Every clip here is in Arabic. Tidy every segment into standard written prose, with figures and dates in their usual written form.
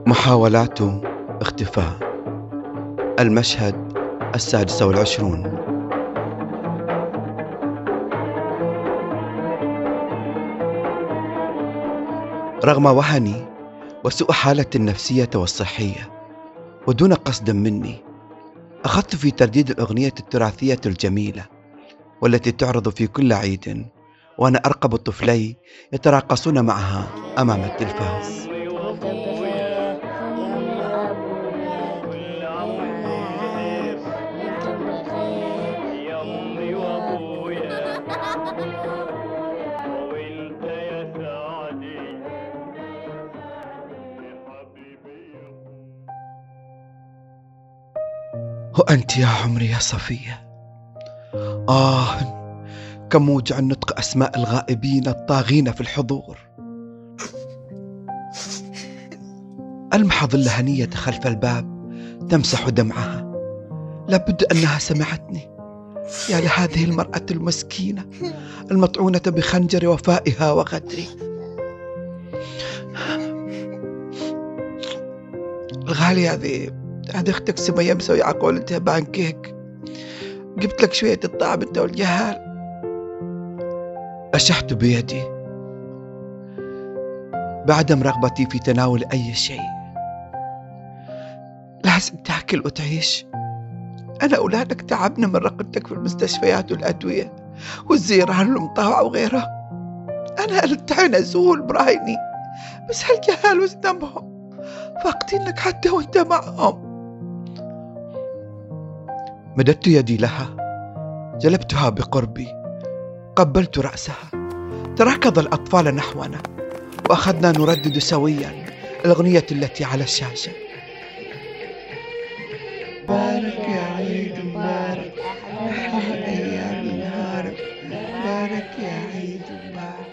محاولات اختفاء. المشهد 26. رغم وهني وسوء حالتي النفسية والصحية ودون قصد مني، أخذت في ترديد الأغنية التراثية الجميلة والتي تعرض في كل عيد، وأنا أرقب طفلي يتراقصون معها أمام التلفاز. وأنت يا عمري يا صفية، كم موجع النطق أسماء الغائبين الطاغين في الحضور. ألمح ظل هنية خلف الباب تمسح دمعها، لابد أنها سمعتني. يا لهذه المرأة المسكينة المطعونة بخنجر وفائها وغدري. الغالية هذه اختك سمية مسوية عقولتها بانكيك، جبت لك شوية الطعم انت والجهال. أشحت بيدي بعدم رغبتي في تناول أي شيء. لازم تاكل وتعيش. أنا أولادك تعبنا من رقدتك في المستشفيات والأدوية والزيران المطاوعة وغيرها. أنا التعين أزول برايني، بس هالجهال وش ذنبهم؟ فاقدين لك حتى وانت معهم. مددت يدي لها، جلبتها بقربي، قبلت رأسها. تركض الأطفال نحونا وأخذنا نردد سويا الأغنية التي على الشاشة. بارك يا عيد مبارك، أحلى أيام نهارك، بارك يا عيد مبارك.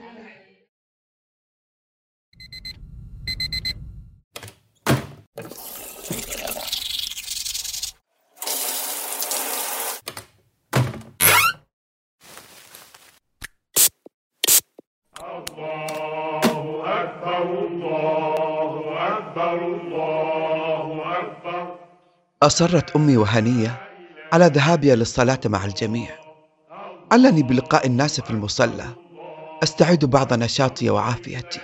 الله أكبر الله أكبر الله أكبر. أصرت أمي وهنية على ذهابي للصلاة مع الجميع. علني بلقاء الناس في المصلى أستعيد بعض نشاطي وعافيتي.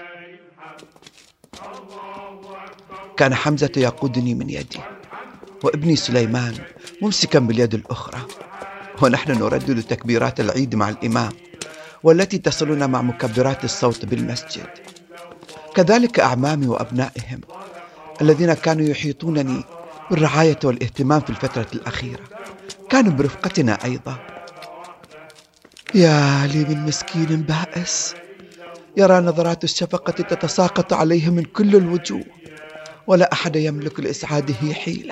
كان حمزة يقودني من يدي، وابني سليمان ممسكا باليد الأخرى، ونحن نردد تكبيرات العيد مع الإمام والتي تصلنا مع مكبرات الصوت بالمسجد. كذلك أعمامي وأبنائهم الذين كانوا يحيطونني بالرعاية والاهتمام في الفترة الأخيرة كانوا برفقتنا أيضا. يا لي من مسكين بائس يرى نظرات الشفقة تتساقط عليه من كل الوجوه، ولا أحد يملك لإسعاده حيلة.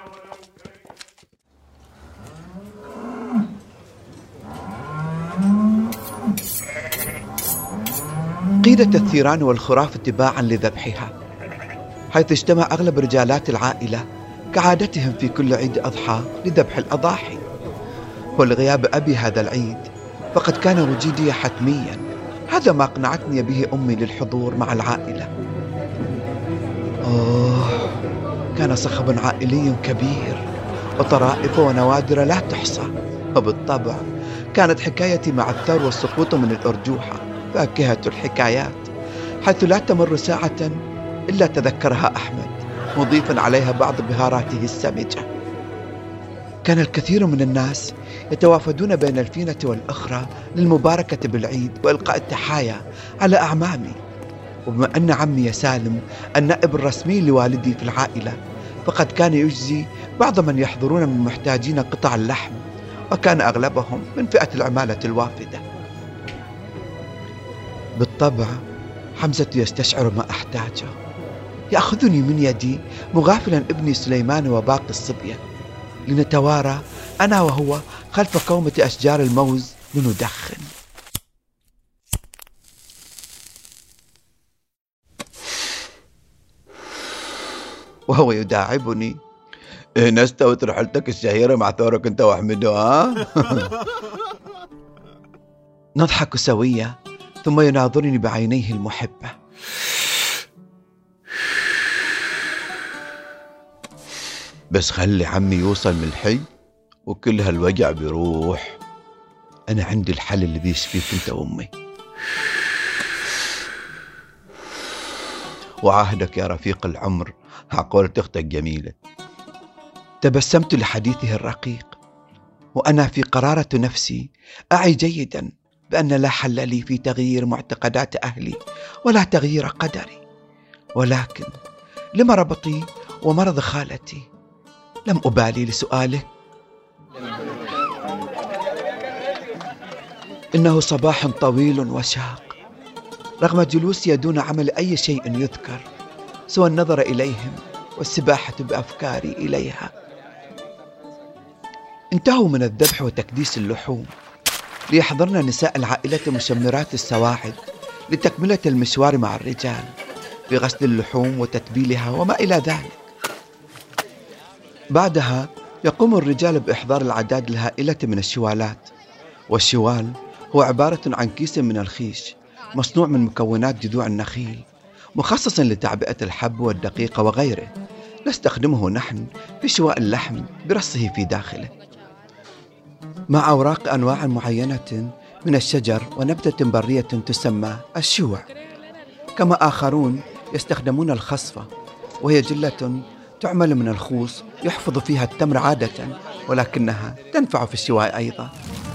قيدت الثيران والخراف اتباعا لذبحها، حيث اجتمع أغلب رجالات العائلة كعادتهم في كل عيد أضحى لذبح الأضاحي. ولغياب أبي هذا العيد فقد كان وجودي حتميا. هذا ما أقنعتني به أمي للحضور مع العائلة. كان صخب عائلي كبير وطرائف ونوادر لا تحصى. وبالطبع كانت حكايتي مع الثور والسقوط من الأرجوحة فاكهة الحكايات، حيث لا تمر ساعة إلا تذكرها أحمد مضيفا عليها بعض بهاراته السمجة. كان الكثير من الناس يتوافدون بين الفينة والأخرى للمباركة بالعيد وإلقاء التحايا على أعمامي. وبما أن عمي سالم النائب الرسمي لوالدي في العائلة، فقد كان يجزي بعض من يحضرون من محتاجين قطع اللحم، وكان أغلبهم من فئة العمالة الوافدة. بالطبع حمزة يستشعر ما أحتاجه، يأخذني من يدي مغافلا ابني سليمان وباقي الصبية، لنتوارى أنا وهو خلف كومة أشجار الموز لندخن. وهو يداعبني: نستوت رحلتك الشهيرة مع ثورك أنت وأحمد، نضحك سويا، ثم يناظرني بعينيه المحبة. بس خلي عمي يوصل من الحي وكل هالوجع بيروح. أنا عندي الحل اللي بيشفيك أنت وأمي. وعاهدك يا رفيق العمر عقولة أختك جميلة. تبسمت لحديثه الرقيق، وأنا في قرارة نفسي أعي جيدا بأن لا حل لي في تغيير معتقدات أهلي ولا تغيير قدري، ولكن لمرضي ومرض خالتي لم أبالي لسؤاله. إنه صباح طويل وشاق، رغم جلوسي دون عمل أي شيء يذكر سوى النظر إليهم والسباحة بأفكاري إليها. انتهوا من الذبح وتكديس اللحوم ليحضرن نساء العائلة مشمرات السواعد لتكملة المشوار مع الرجال في غسل اللحوم وتتبيلها وما إلى ذلك. بعدها يقوم الرجال بإحضار العداد الهائلة من الشوالات، والشوال هو عبارة عن كيس من الخيش مصنوع من مكونات جذوع النخيل، مخصص لتعبئة الحب والدقيق وغيره، نستخدمه نحن في شواء اللحم برصه في داخله، مع أوراق أنواع معينة من الشجر ونبتة برية تسمى الشوع. كما آخرون يستخدمون الخصفة، وهي جلة تعمل من الخوص يحفظ فيها التمر عادة، ولكنها تنفع في الشواء أيضا.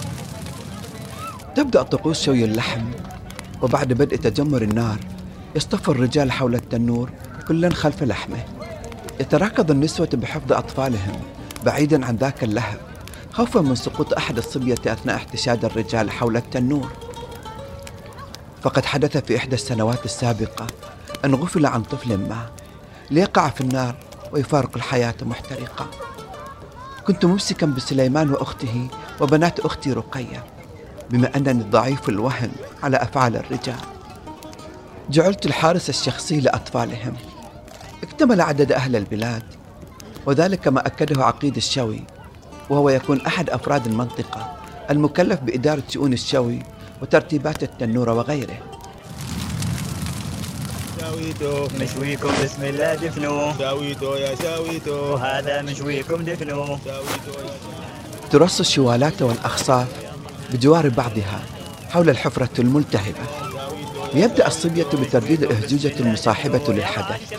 تبدأ طقوس شوي اللحم، وبعد بدء تجمر النار يصطف الرجال حول التنور كلا خلف لحمه. يتراكض النسوة بحفظ أطفالهم بعيدا عن ذاك اللهب، خوفا من سقوط أحد الصبية أثناء احتشاد الرجال حول التنور. فقد حدث في إحدى السنوات السابقة أن غفل عن طفل ما ليقع في النار ويفارق الحياة محترقة. كنت ممسكا بسليمان وأخته وبنات أختي رقية، بما أنني ضعيف الوهن على أفعال الرجال. جعلت الحارس الشخصي لأطفالهم. اكتمل عدد أهل البلاد، وذلك ما أكده عقيد الشوي، وهو يكون أحد أفراد المنطقة المكلف بإدارة شؤون الشوي وترتيبات التنور وغيره. شاويتو مشويكم بسم الله دفنوه، شاويتو يا شاويتو هذا مشويكم دفنوه. ترص الشوالات والأخصاف بجوار بعضها حول الحفرة الملتهبة، ليبدأ الصبية بترديد الأهجوجة المصاحبة للحدث.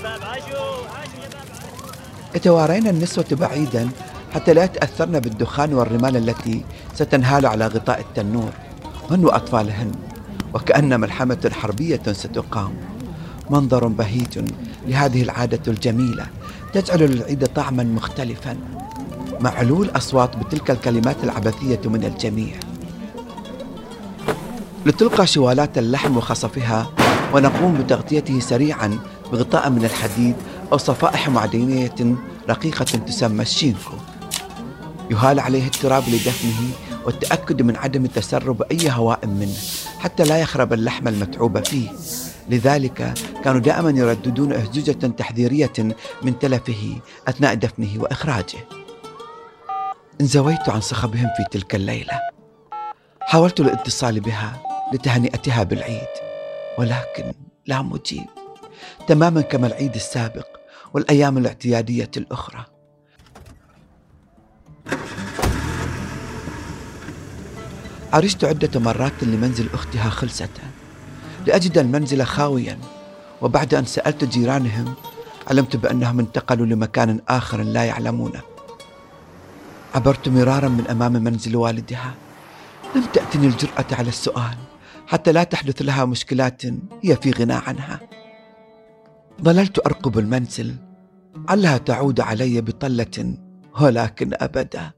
يتوارين النسوة بعيدا حتى لا يتأثرن بالدخان والرمال التي ستنهال على غطاء التنور، هن وأطفالهن، وكأن ملحمة حربية ستقام. منظر بهيج لهذه العادة الجميلة تجعل للعيد طعما مختلفا، مع علو الأصوات بتلك الكلمات العبثية من الجميع. لتلقى شوالات اللحم وخصفها، ونقوم بتغطيته سريعا بغطاء من الحديد أو صفائح معدنية رقيقة تسمى الشينكو. يهال عليه التراب لدفنه والتأكد من عدم تسرب أي هواء منه حتى لا يخرب اللحم المتعوب فيه. لذلك كانوا دائما يرددون أهجوجة تحذيرية من تلفه أثناء دفنه وإخراجه. انزويت عن صخبهم في تلك الليلة. حاولت الاتصال بها لتهنئتها بالعيد، ولكن لا مجيب، تماما كما العيد السابق والأيام الاعتيادية الأخرى. عرجت عدة مرات لمنزل أختها خلسة لأجد المنزل خاويا، وبعد أن سألت جيرانهم علمت بأنهم انتقلوا لمكان آخر لا يعلمونه. عبرت مرارا من أمام منزل والدها، لم تأتني الجرأة على السؤال حتى لا تحدث لها مشكلات هي في غنى عنها. ظللت أرقب المنزل علها تعود علي بطلة، ولكن أبدا.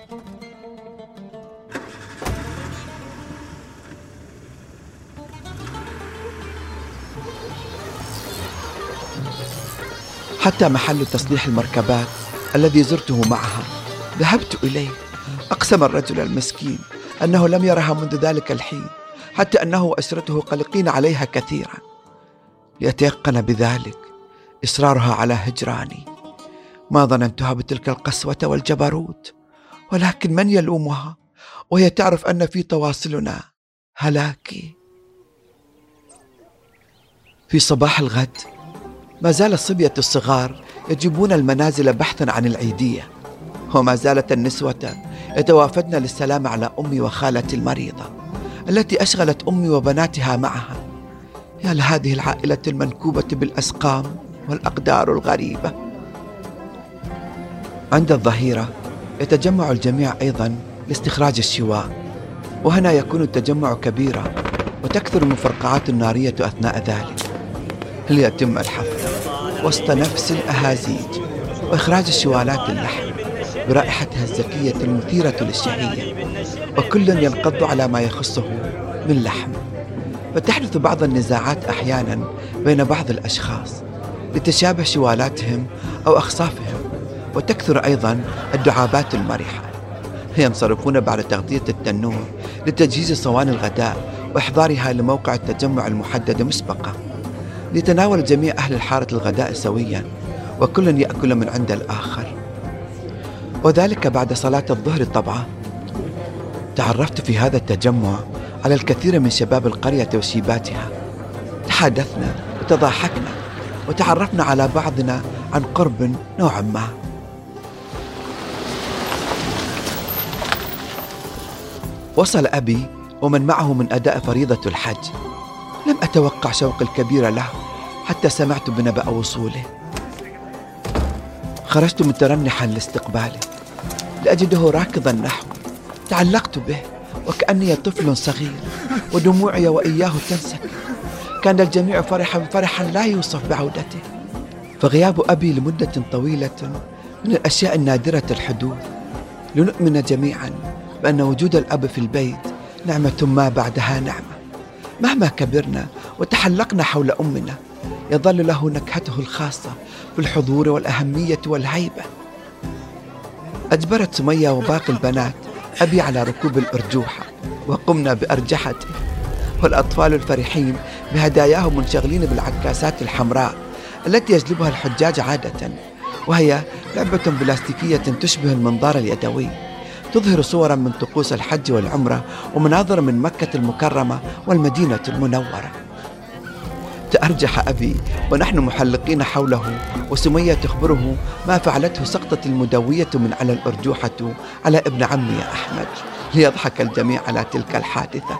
حتى محل تصليح المركبات الذي زرته معها ذهبت إليه. أقسم الرجل المسكين أنه لم يرها منذ ذلك الحين، حتى أنه وأسرته قلقين عليها كثيرا. ليتيقن بذلك إصرارها على هجراني. ما ظننتها بتلك القسوة والجبروت، ولكن من يلومها وهي تعرف أن في تواصلنا هلاكي. في صباح الغد ما زال الصبية الصغار يجيبون المنازل بحثا عن العيدية، وما زالت النسوة يتوافدن للسلام على أمي وخالتي المريضة التي أشغلت أمي وبناتها معها. يا لهذه العائلة المنكوبة بالأسقام والأقدار الغريبة. عند الظهيرة يتجمع الجميع أيضا لاستخراج الشواء، وهنا يكون التجمع كبيرا وتكثر المفرقعات النارية أثناء ذلك، ليتم الحفر وسط نفس الأهازيج وإخراج الشوالات اللحم برائحتها الزكية المثيرة للشهية، وكل ينقض على ما يخصه من لحم. فتحدث بعض النزاعات أحيانا بين بعض الأشخاص لتشابه شوالاتهم أو أخصافهم، وتكثر أيضا الدعابات المرحة. ينصرفون بعد تغطية التنور لتجهيز صواني الغداء وإحضارها لموقع التجمع المحدد مسبقا، ليتناول جميع أهل الحارة الغداء سويا، وكل يأكل من عند الآخر، وذلك بعد صلاة الظهر طبعا. تعرفت في هذا التجمع على الكثير من شباب القرية وشيباتها، تحادثنا وتضاحكنا وتعرفنا على بعضنا عن قرب نوعا ما. وصل أبي ومن معه من أداء فريضة الحج. لم أتوقع شوق الكبير له حتى سمعت بنبأ وصوله. خرجت مترنحا لاستقباله لأجده راكضا نحوي. تعلقت به وكأني طفل صغير، ودموعي وإياه تنسكب. كان الجميع فرحا لا يوصف بعودته. فغياب أبي لمدة طويلة من الأشياء النادرة الحدوث، لنؤمن جميعا بأن وجود الأب في البيت نعمة ما بعدها نعمة. مهما كبرنا وتحلقنا حول أمنا، يظل له نكهته الخاصة في الحضور والأهمية والهيبة. أجبرت سمية وباقي البنات أبي على ركوب الأرجوحة، وقمنا بأرجحته، والأطفال الفرحين بهداياهم منشغلين بالعكاسات الحمراء التي يجلبها الحجاج عادة، وهي لعبة بلاستيكية تشبه المنظار اليدوي، تظهر صورا من طقوس الحج والعمرة ومناظر من مكة المكرمة والمدينة المنورة. تأرجح أبي ونحن محلقين حوله، وسمية تخبره ما فعلته سقطة المدوية من على الأرجوحة على ابن عمي أحمد، ليضحك الجميع على تلك الحادثة.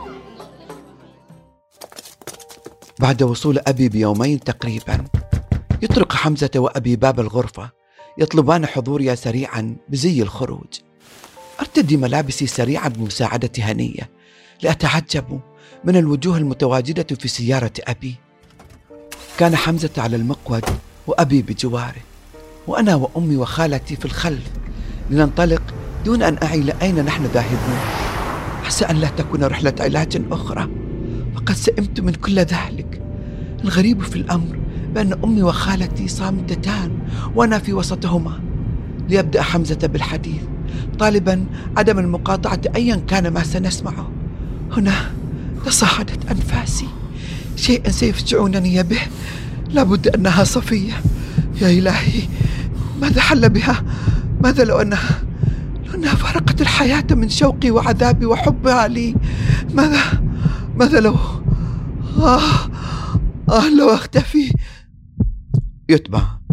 بعد وصول أبي بيومين تقريبا، يطرق حمزة وأبي باب الغرفة، يطلبان حضوري سريعا بزي الخروج. أرتدي ملابسي سريعا بمساعدة هنية لأتعجب من الوجوه المتواجدة في سيارة أبي. كان حمزة على المقود وأبي بجواره، وأنا وأمي وخالتي في الخلف، لننطلق دون أن أعي لأين نحن ذاهبون. عسى أن لا تكون رحلة علاج أخرى، فقد سئمت من كل ذلك. الغريب في الأمر بأن أمي وخالتي صامتتان وأنا في وسطهما. ليبدأ حمزة بالحديث طالبا عدم المقاطعة أيا كان ما سنسمعه. هنا تصاعدت أنفاسي. شيئا سيفجعونني به، لابد أنها صفية. يا إلهي، ماذا حل بها؟ ماذا لو أنها فارقت الحياة من شوقي وعذابي وحبها لي؟ ماذا لو لو أختفي؟ يتبع